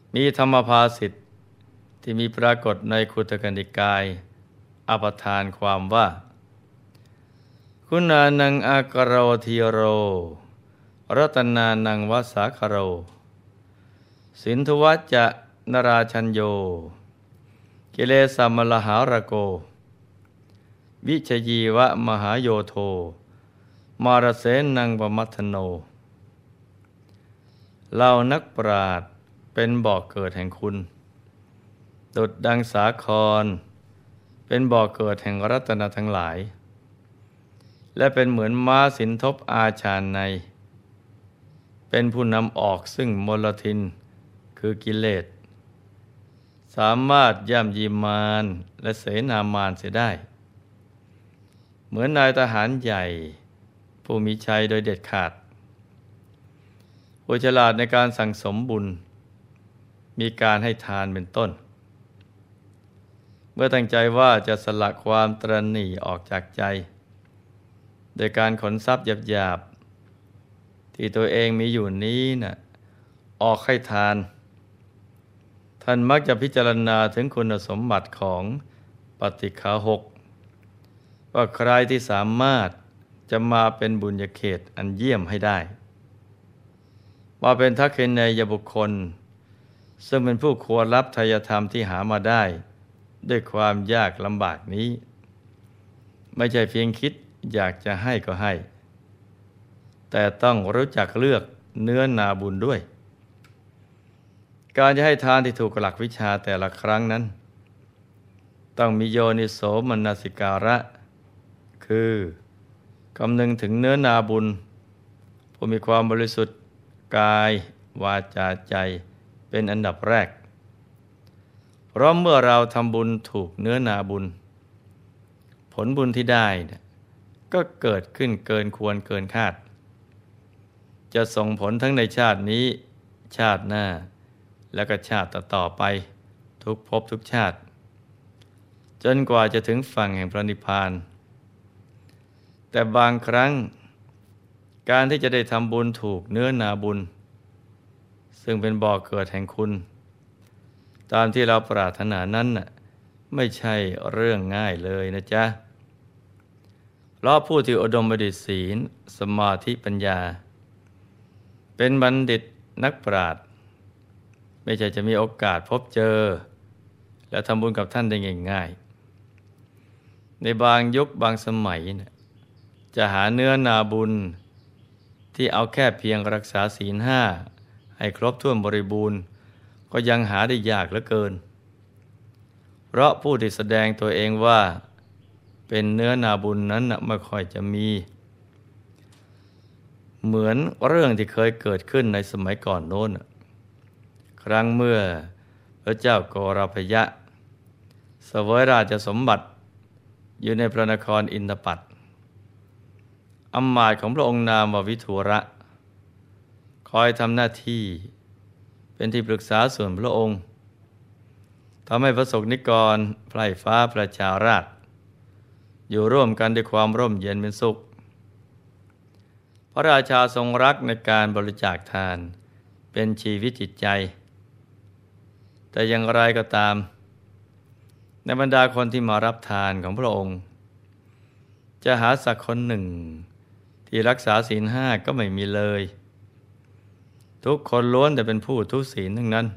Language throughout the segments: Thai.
มีธรรมภาษิตที่มีปรากฏในคุตกนิกายอปทานความว่าคุณานังอากโรธีโรรัตนานังวัสสาคโรสินธุวัจจะนราชัญโยกิเลสมลหารโกวิชยีวะมหาโยโทมารเสนังปมัทธโนเหล่านักปราชญ์เป็นบ่อเกิดแห่งคุณดุจดังสาครเป็นบ่อเกิดแห่งรัตนะทั้งหลายและเป็นเหมือนม้าสินทบอาชาไนยเป็นผู้นำออกซึ่งมลทินคือกิเลสสามารถย่ำยีมารและเสนามารเสียได้เหมือนนายทหารใหญ่ผู้มีชัยโดยเด็ดขาดผู้ฉลาดในการสั่งสมบุญมีการให้ทานเป็นต้นเมื่อตั้งใจว่าจะสละความตระหนี่ออกจากใจโดยการขนทรัพย์หยาบๆที่ตัวเองมีอยู่นี้ออกให้ทานท่านมักจะพิจารณาถึงคุณสมบัติของปฏิฆาหกว่าใครที่สามารถจะมาเป็นบุญญาเขตอันเยี่ยมให้ได้ว่าเป็นทักษิณัยบุคคลซึ่งเป็นผู้ควรรับทายธรรมที่หามาได้ด้วยความยากลำบากนี้ไม่ใช่เพียงคิดอยากจะให้ก็ให้แต่ต้องรู้จักเลือกเนื้อนาบุญด้วยการจะให้ทานที่ถูกหลักวิชาแต่ละครั้งนั้นต้องมีโยนิโสมนสิการะคือกำนึงถึงเนื้อนาบุญผู้มีความบริสุทธิ์กายวาจาใจเป็นอันดับแรกเพราะเมื่อเราทำบุญถูกเนื้อนาบุญผลบุญที่ได้ก็เกิดขึ้นเกินควรเกินคาดจะส่งผลทั้งในชาตินี้ชาติหน้าแล้วก็ชาติต่อไปทุกภพทุกชาติจนกว่าจะถึงฝั่งแห่งพระนิพพานแต่บางครั้งการที่จะได้ทำบุญถูกเนื้อนาบุญซึ่งเป็นบ่อเกิดแห่งคุณตามที่เราปรารถนานั้นไม่ใช่เรื่องง่ายเลยนะจ๊ะเพราะผู้ที่อุดมไปด้วยศีลสมาธิปัญญาเป็นบัณฑิตนักปราชญ์ไม่ใช่จะมีโอกาสพบเจอและทำบุญกับท่านได้ง่ายๆในบางยุคบางสมัยจะหาเนื้อนาบุญที่เอาแค่เพียงรักษาศีลห้าให้ครบถ้วนบริบูรณ์ก็ยังหาได้ยากเหลือเกินเพราะผู้ที่แสดงตัวเองว่าเป็นเนื้อนาบุญนั้นไม่ค่อยจะมีเหมือนเรื่องที่เคยเกิดขึ้นในสมัยก่อนโน้นครั้งเมื่อพระเจ้าโกรพยะเสวยราชสมบัติอยู่ในพระนครอินทปัตอำมาตย์ของพระองค์นามว่าวิทุระคอยทำหน้าที่เป็นที่ปรึกษาส่วนพระองค์ทำให้พระสงฆ์นิกรไพร่ฟ้าประชาราษฎร์อยู่ร่วมกันด้วยความร่มเย็นเป็นสุขพระราชาทรงรักในการบริจาคทานเป็นชีวิตจิตใจแต่อย่างไรก็ตามในบรรดาคนที่มารับทานของพระองค์จะหาสักคนหนึ่งที่รักษาศีลห้าก็ไม่มีเลยทุกคนล้วนแต่เป็นผู้ทุศีลทั้งนั้น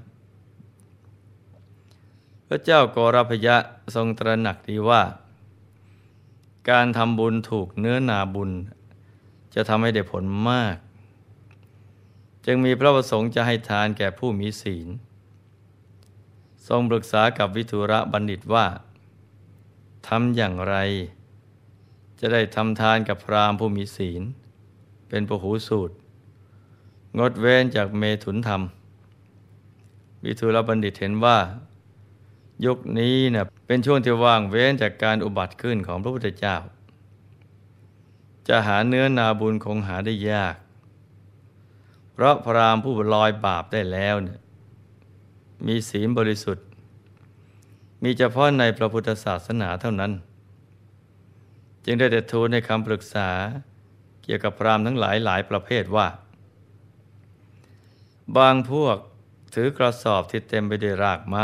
พระเจ้าโกรพยะทรงตระหนักดีว่าการทำบุญถูกเนื้อนาบุญจะทำให้ได้ผลมากจึงมีพระประสงค์จะให้ทานแก่ผู้มีศีลทรงปรึกษากับวิทุระบัณฑิตว่าทำอย่างไรจะได้ทำทานกับพราหมณ์ผู้มีศีลเป็นพหูสูตรงดเว้นจากเมถุนธรรมวิทุระบัณฑิตเห็นว่ายุคนี้เป็นช่วงที่ว่างเว้นจากการอุบัติขึ้นของพระพุทธเจ้าจะหาเนื้อนาบุญคงหาได้ยากเพราะพราหมณ์ผู้ลอยบาปได้แล้วมีศีลบริสุทธิ์มีเฉพาะในพระพุทธศาสนาเท่านั้นจึงได้แต่ทูลให้คำปรึกษาเกี่ยวกับพราหมณ์ทั้งหลายประเภทว่าบางพวกถือกระสอบที่เต็มไปด้วยรากไม้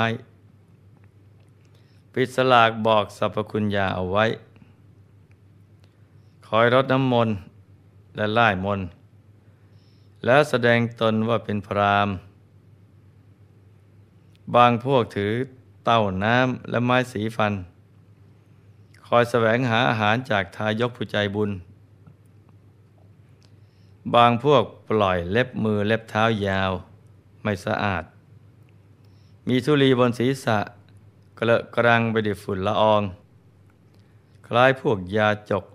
ปิดสลากบอกสรรพคุณยาเอาไว้คอยรดน้ำมนต์และไล่มนต์แล้วแสดงตนว่าเป็นพราหมณ์บางพวกถือเต้าน้ำและไม้สีฟันคอยแสวงหาอาหารจากทายกผู้ใจบุญบางพวกปล่อยเล็บมือเล็บเท้ายาวไม่สะอาดมีธุลีบนศีรษะกระกรังไปด้วยฝุ่นละอองคล้ายพวกยาจก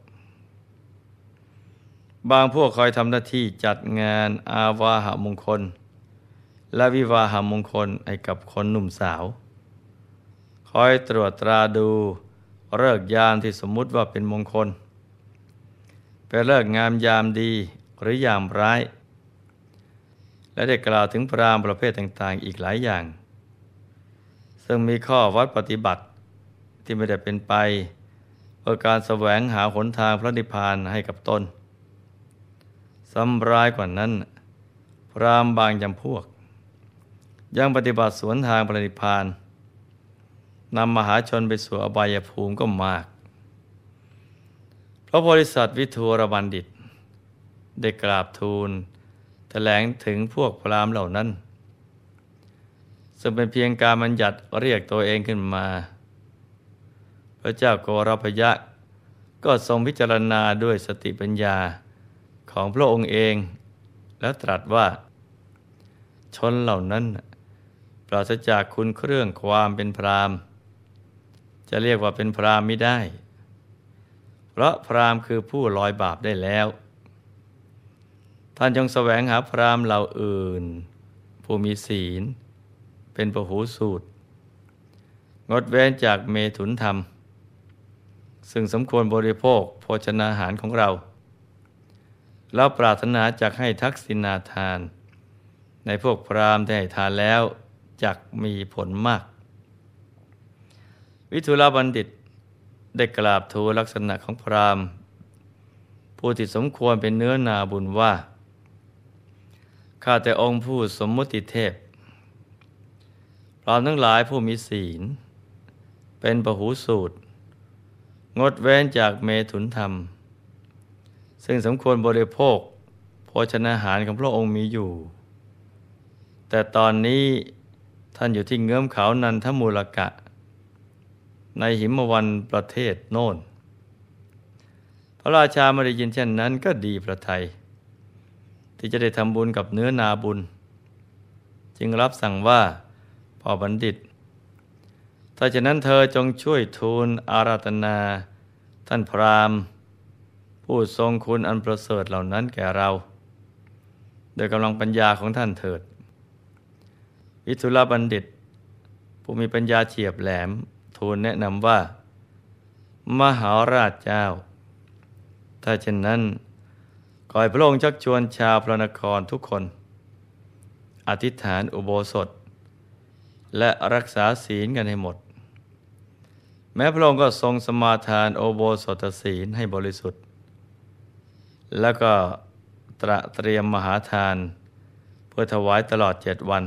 บางพวกคอยทำหน้าที่จัดงานอาวาหมงคลและวิวาหมงคลให้กับคนหนุ่มสาวคอยตรวจตราดูฤกษ์ยามที่สมมุติว่าเป็นมงคลเป็นฤกษ์งามยามดีหรือยามร้ายและได้กล่าวถึงพราหมณ์ประเภทต่างๆอีกหลายอย่างซึ่งมีข้อวัดปฏิบัติที่ไม่ได้เป็นไปเพื่อการแสวงหาหนทางพระนิพพานให้กับตนซ้ำร้ายกว่านั้นพราหมณ์บางจำพวกยังปฏิบัติสวนทางพระนิพพานนำมหาชนไปสู่อบายภูมิก็มากพระโพธิสัตว์วิทูรบัณฑิตได้กราบทูลแถลงถึงพวกพราหมณ์เหล่านั้นซึ่งเป็นเพียงการบัญญัติเรียกตัวเองขึ้นมาพระเจ้าโกรพยะก็ทรงพิจารณาด้วยสติปัญญาของพระองค์เองแล้วตรัสว่าชนเหล่านั้นปราศจากคุณเครื่องความเป็นพราหมณ์จะเรียกว่าเป็นพราหมณ์ไม่ได้เพราะพราหมณ์คือผู้ลอยบาปได้แล้วท่านจงแสวงหาพราหมณ์เหล่าอื่นผู้มีศีลเป็นพหูสูตรงดเว้นจากเมถุนธรรมซึ่งสมควรบริโภคโภชนาหารของเราเราปรารถนาจักให้ทักษิณาทานในพวกพราหมณ์ที่ให้ทานแล้วจักมีผลมากวิทุลบัณฑิตได้กราบทูลลักษณะของพราหมณ์ผู้ที่สมควรเป็นเนื้อนาบุญว่าข้าแต่องค์ผู้สมมุติเทพพราหมณ์ทั้งหลายผู้มีศีลเป็นพหูสูตรงดเว้นจากเมถุนธรรมซึ่งสมควรบริโภคโภชนาหารของพระองค์มีอยู่แต่ตอนนี้ท่านอยู่ที่เงื้อมเขานันทมูลกะในหิมวันประเทศโน่นพระราชาไม่ได้ยินเช่นนั้นก็ดีพระทัยที่จะได้ทำบุญกับเนื้อนาบุญจึงรับสั่งว่าพ่อบัณฑิตถ้าฉะนั้นเธอจงช่วยทูลอาราธนาท่านพราหมณ์ผู้ทรงคุณอันประเสริฐเหล่านั้นแก่เราโดยกำลังปัญญาของท่านเถิดวิทุลบัณฑิตผู้มีปัญญาเฉียบแหลมทูลแนะนำว่ามหาราชเจ้าถ้าเช่นนั้นขอให้พระองค์ชักชวนชาวพระนครทุกคนอธิษฐานอุโบสถและรักษาศีลกันให้หมดแม้พระองค์ก็ทรงสมาทานอุโบสถศีลให้บริสุทธิ์แล้วก็เตรียมมหาทานเพื่อถวายตลอด7 วัน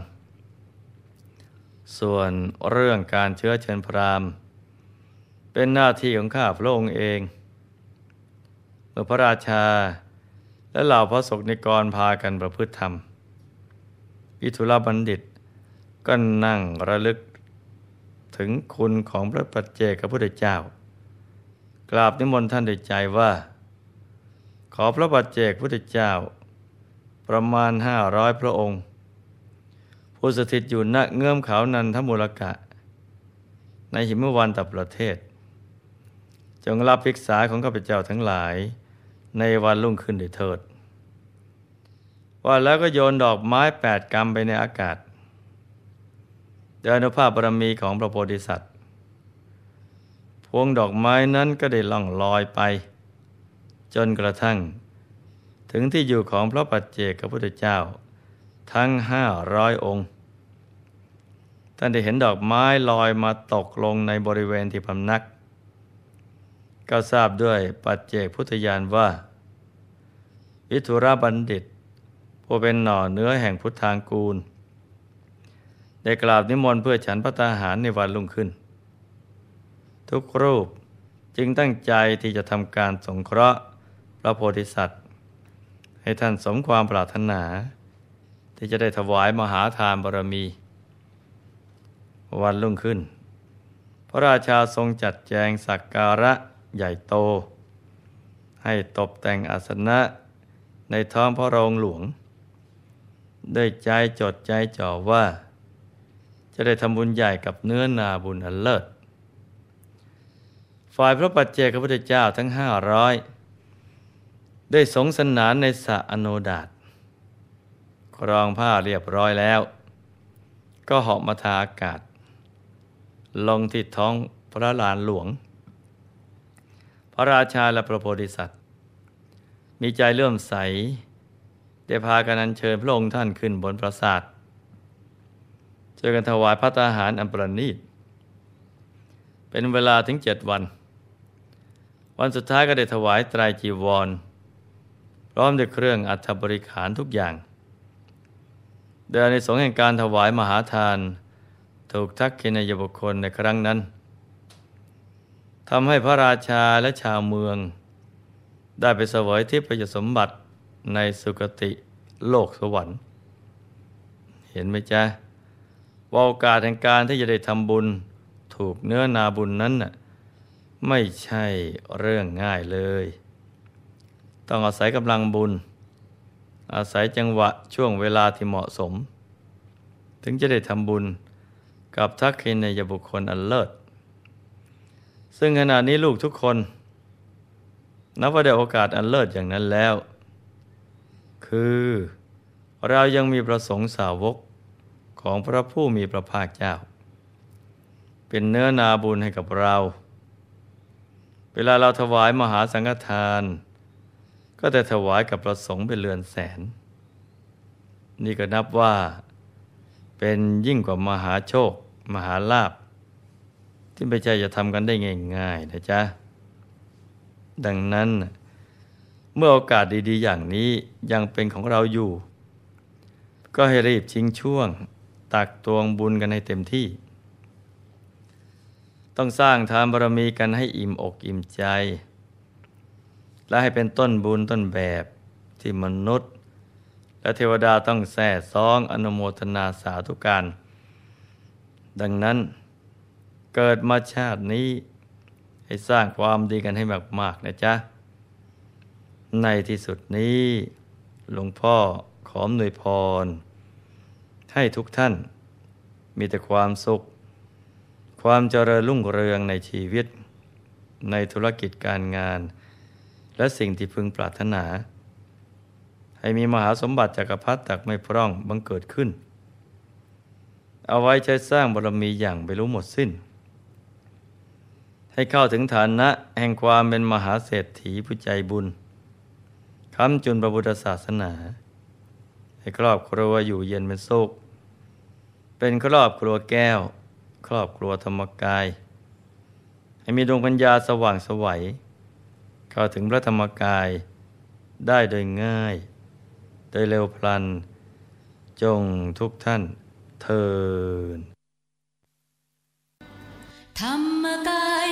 ส่วนเรื่องการเชื้อเชิญพราหมณ์เป็นหน้าที่ของข้าพระองค์เองเมื่อพระราชาและเหล่าพระสงฆ์นิกรพากันประพฤติธรรมวิทุลบัณฑิตก็นั่งระลึกถึงคุณของพระปัจเจกพุทธเจ้ากราบนิมนต์ท่านด้วยใจว่าขอพระปัจเจกพุทธเจ้าประมาณ500 พระองค์ผู้สถิตอยู่ณเงื้อมเขานันทมูลกะในหิมวันตประเทศจงรับภิกษาของข้าพเจ้าทั้งหลายในวันรุ่งขึ้นด้วยเถิดว่าแล้วก็โยนดอกไม้8 กำไปในอากาศโดยอนุภาพบารมีของพระโพธิสัตว์พวงดอกไม้นั้นก็ได้ล่องลอยไปจนกระทั่งถึงที่อยู่ของพระปัจเจกพุทธเจ้าทั้ง500 องค์ท่านได้เห็นดอกไม้ลอยมาตกลงในบริเวณที่พำนักก็ทราบด้วยปัจเจกพุทธญาณว่าวิทุรบัณฑิตผู้เป็นหน่อเนื้อแห่งพุทธางกูลได้กราบนิมนต์เพื่อฉันภัตตาหารในวันรุ่งขึ้นทุกรูปจึงตั้งใจที่จะทำการสงเคราะห์พระโพธิสัตว์ให้ท่านสมความปรารถนาที่จะได้ถวายมหาทานบารมีวันรุ่งขึ้นพระราชาทรงจัดแจงสักการะใหญ่โตให้ตกแต่งอาสนะในท้องพระโรงหลวงด้วยใจจดใจจ่อว่าจะได้ทำบุญใหญ่กับเนื้อนาบุญอันเลิศฝ่ายพระปัจเจกพุทธเจ้าทั้ง500ได้สงสนานในสระอโนดาตครองผ้าเรียบร้อยแล้วก็เหาะมาทางอากาศลงที่ท้องพระลานหลวงพระราชาและพระโพธิสัตว์มีใจเลื่อมใสได้พากันอัญเชิญพระองค์ท่านขึ้นบนปราสาทช่วยกันถวายภัตตาหารอันประณีตเป็นเวลาถึง7 วันวันสุดท้ายก็ได้ถวายไตรจีวรพร้อมด้วยเครื่องอัฐบริขารทุกอย่างโดยอานิสงส์แห่งการถวายมหาทานถูกทักษิณายบุคคลในครั้งนั้นทำให้พระราชาและชาวเมืองได้ไปเสวยทิพยสมบัติในสุคติโลกสวรรค์เห็นไหมจ๊ะว่าโอกาสแห่งการที่จะได้ทำบุญถูกเนื้อนาบุญนั้นน่ะไม่ใช่เรื่องง่ายเลยต้องอาศัยกำลังบุญอาศัยจังหวะช่วงเวลาที่เหมาะสมถึงจะได้ทำบุญกับทักษิณายบุคคลอันเลิศซึ่งขณะนี้ลูกทุกคนนับว่าได้โอกาสอันเลิศอย่างนั้นแล้วคือเรายังมีพระสงฆ์สาวกของพระผู้มีพระภาคเจ้าเป็นเนื้อนาบุญให้กับเราเวลาเราถวายมหาสังฆทานก็ได้ถวายกับพระสงฆ์เป็นเรือนแสนนี่ก็นับว่าเป็นยิ่งกว่ามหาโชคมหาลาภที่ไม่ใช่จะทำกันได้ง่ายๆนะจ๊ะดังนั้นเมื่อโอกาสดีๆอย่างนี้ยังเป็นของเราอยู่ก็ให้รีบชิงช่วงตักตวงบุญกันให้เต็มที่ต้องสร้างทานบารมีกันให้อิ่มอกอิ่มใจและให้เป็นต้นบุญต้นแบบที่มนุษย์และเทวดาต้องแส่ซ้องอนุโมทนาสาธุการดังนั้นเกิดมาชาตินี้ให้สร้างความดีกันให้มากๆนะจ๊ะในที่สุดนี้หลวงพ่อขออำนวยพรให้ทุกท่านมีแต่ความสุขความเจริญรุ่งเรืองในชีวิตในธุรกิจการงานและสิ่งที่พึงปรารถนาให้มีมหาสมบัติจักรพรรดิตักไม่พร่องบังเกิดขึ้นเอาไว้ใช้สร้างบารมีอย่างไม่รู้หมดสิ้นให้เข้าถึงฐานะแห่งความเป็นมหาเศรษฐีผู้ใจบุญค้ำจุนพระพุทธศาสนาให้ครอบครัวอยู่เย็นเป็นสุขเป็นครอบครัวแก้วครอบครัวธรรมกายให้มีดวงปัญญาสว่างไสวเข้าถึงพระธรรมกายได้โดยง่ายโดยเร็วพลันจงทุกท่านเทอญธรรมกาย